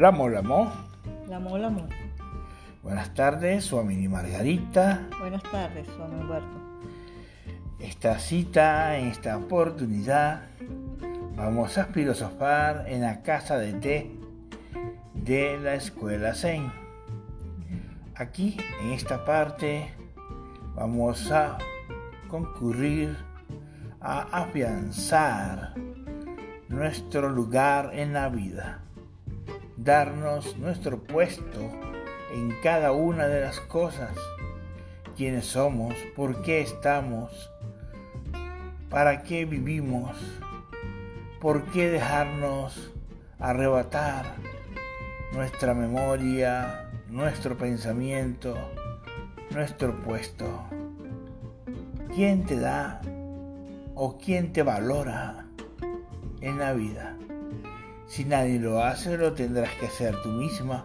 Lamo, Lamo. Lamo, Lamo. Buenas tardes, su amiga Margarita. Buenas tardes, su amigo Humberto. Esta cita, en esta oportunidad, vamos a filosofar en la casa de té de la Escuela Zen. Aquí, en esta parte, vamos a concurrir a afianzar nuestro lugar en la vida, darnos nuestro puesto en cada una de las cosas, quiénes somos, por qué estamos, para qué vivimos, por qué dejarnos arrebatar nuestra memoria, nuestro pensamiento, nuestro puesto. ¿Quién te da o quién te valora en la vida? Si nadie lo hace, lo tendrás que hacer tú misma.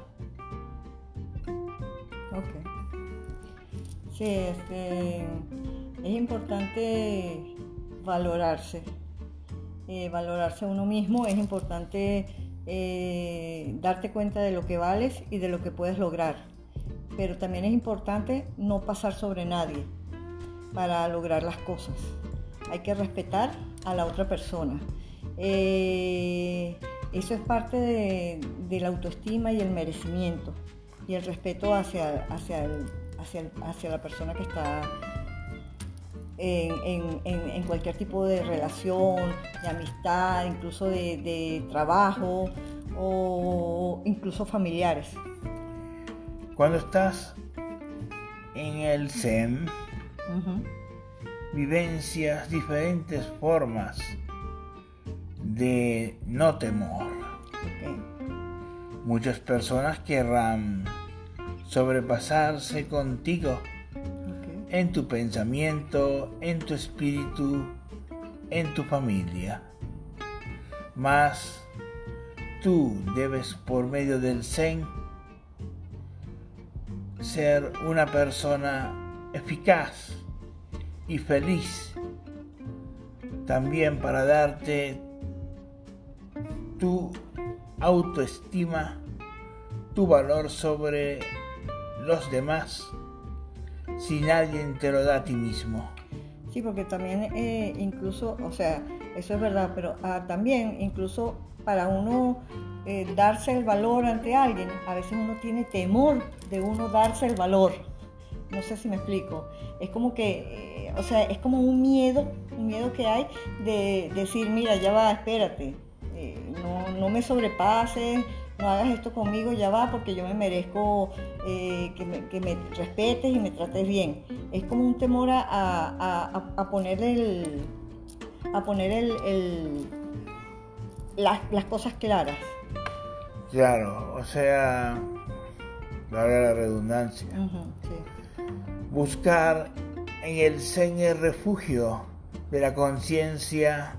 Ok. Sí, es importante valorarse. Valorarse a uno mismo, es importante darte cuenta de lo que vales y de lo que puedes lograr. Pero también es importante no pasar sobre nadie para lograr las cosas. Hay que respetar a la otra persona. Eso es parte de la autoestima y el merecimiento y el respeto hacia la persona que está en cualquier tipo de relación, de amistad, incluso de trabajo o incluso familiares. Cuando estás en el Zen, vivencias diferentes formas de no temor. Okay. Muchas personas querrán sobrepasarse contigo en tu pensamiento, en tu espíritu, en tu familia. Mas tú debes, por medio del Zen, ser una persona eficaz y feliz, también para darte tu autoestima, tu valor sobre los demás, si nadie te lo da a ti mismo. Sí, porque también incluso, o sea, eso es verdad, pero también incluso para uno darse el valor ante alguien, a veces uno tiene temor de uno darse el valor. No sé si me explico. Es como que, es como un miedo que hay de decir, mira, ya va, espérate, no me sobrepases, no hagas esto conmigo, ya va, porque yo me merezco que me respetes y me trates bien. Es como un temor a poner las cosas claras. Claro, o sea, valga la redundancia. Sí. Buscar en el Zen el refugio de la conciencia,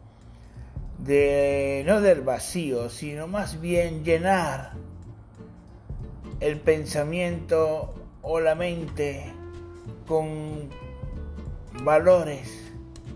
no del vacío, sino más bien llenar el pensamiento o la mente con valores,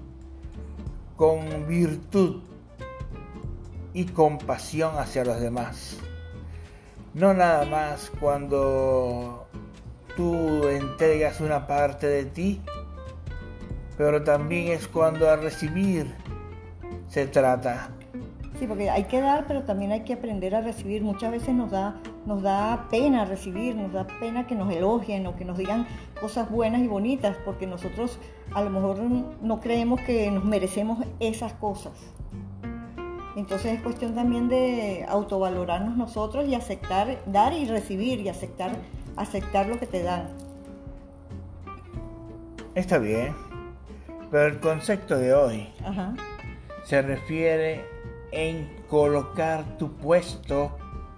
con virtud y compasión hacia los demás. No nada más cuando tú entregas una parte de ti, pero también es cuando al recibir se trata. Sí, porque hay que dar, pero también hay que aprender a recibir. Muchas veces nos da pena recibir, nos da pena que nos elogien o que nos digan cosas buenas y bonitas, porque nosotros a lo mejor no creemos que nos merecemos esas cosas. Entonces es cuestión también de autovalorarnos nosotros y aceptar, dar y recibir y aceptar lo que te dan. Está bien, pero el concepto de hoy se refiere en colocar tu puesto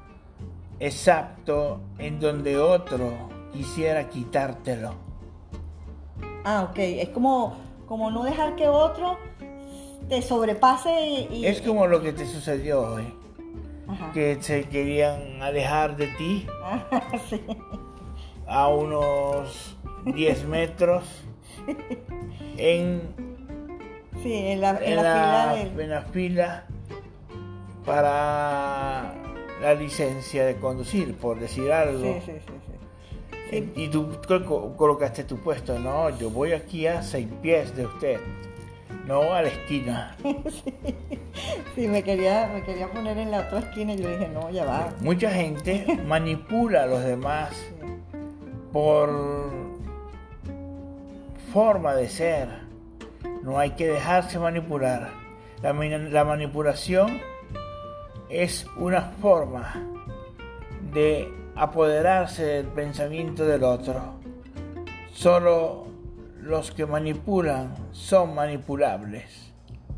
exacto en donde otro quisiera quitártelo. Ok, es como no dejar que otro te sobrepase y... Es como lo que te sucedió hoy. Que se querían alejar de ti Sí. a unos 10 metros en la fila para la licencia de conducir, por decir algo. Sí. Y tú colocaste tu puesto, no, yo voy aquí a 6 pies de usted, no a la esquina. Sí, me quería poner en la otra esquina y yo dije, no, ya va. Mucha gente manipula a los demás por forma de ser. No hay que dejarse manipular. La manipulación es una forma de apoderarse del pensamiento del otro. Solo los que manipulan son manipulables.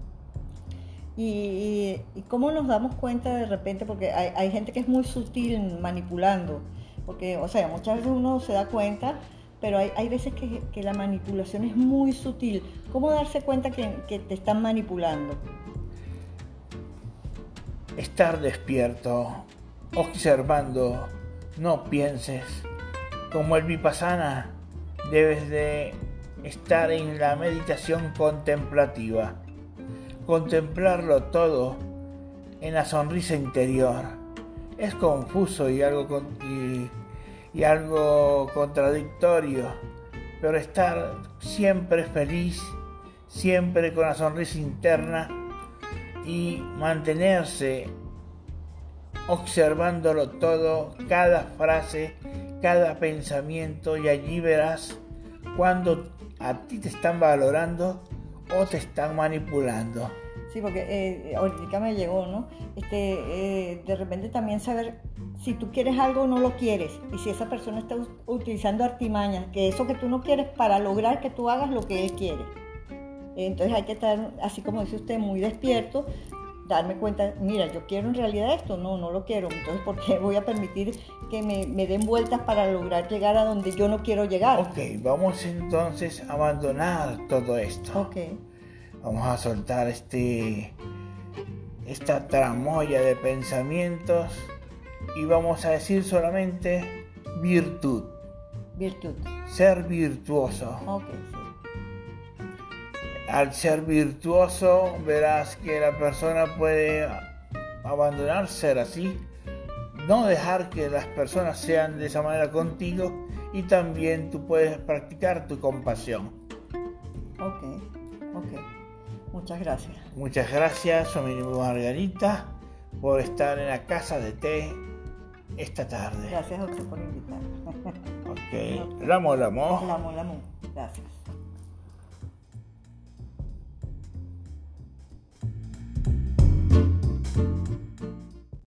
¿Y cómo nos damos cuenta de repente? Porque hay gente que es muy sutil manipulando. Porque, o sea, muchas veces uno se da cuenta, pero hay veces que la manipulación es muy sutil. ¿Cómo darse cuenta que te están manipulando? Estar despierto, observando, no pienses. Como el Vipassana, debes de estar en la meditación contemplativa. Contemplarlo todo en la sonrisa interior. Es confuso y algo contradictorio, pero estar siempre feliz, siempre con la sonrisa interna y mantenerse observándolo todo, cada frase, cada pensamiento, y allí verás cuando a ti te están valorando o te están manipulando. Sí, porque ahorita me llegó, ¿no? De repente también saber si tú quieres algo o no lo quieres, y si esa persona está utilizando artimañas, que eso que tú no quieres para lograr que tú hagas lo que él quiere. Entonces hay que estar, así como dice usted, muy despierto, darme cuenta, mira, yo quiero en realidad esto, no lo quiero, entonces ¿por qué voy a permitir que me den vueltas para lograr llegar a donde yo no quiero llegar? Ok, vamos entonces a abandonar todo esto. Ok. Vamos a soltar esta tramoya de pensamientos y vamos a decir solamente virtud. Virtud. Ser virtuoso. Ok, sí. Al ser virtuoso verás que la persona puede abandonar ser así, no dejar que las personas sean de esa manera contigo, y también tú puedes practicar tu compasión. Ok. Muchas gracias. Muchas gracias, amigo Margarita, por estar en la casa de té esta tarde. Gracias a usted por invitarme. Ok, Lamo. Lamo. Gracias.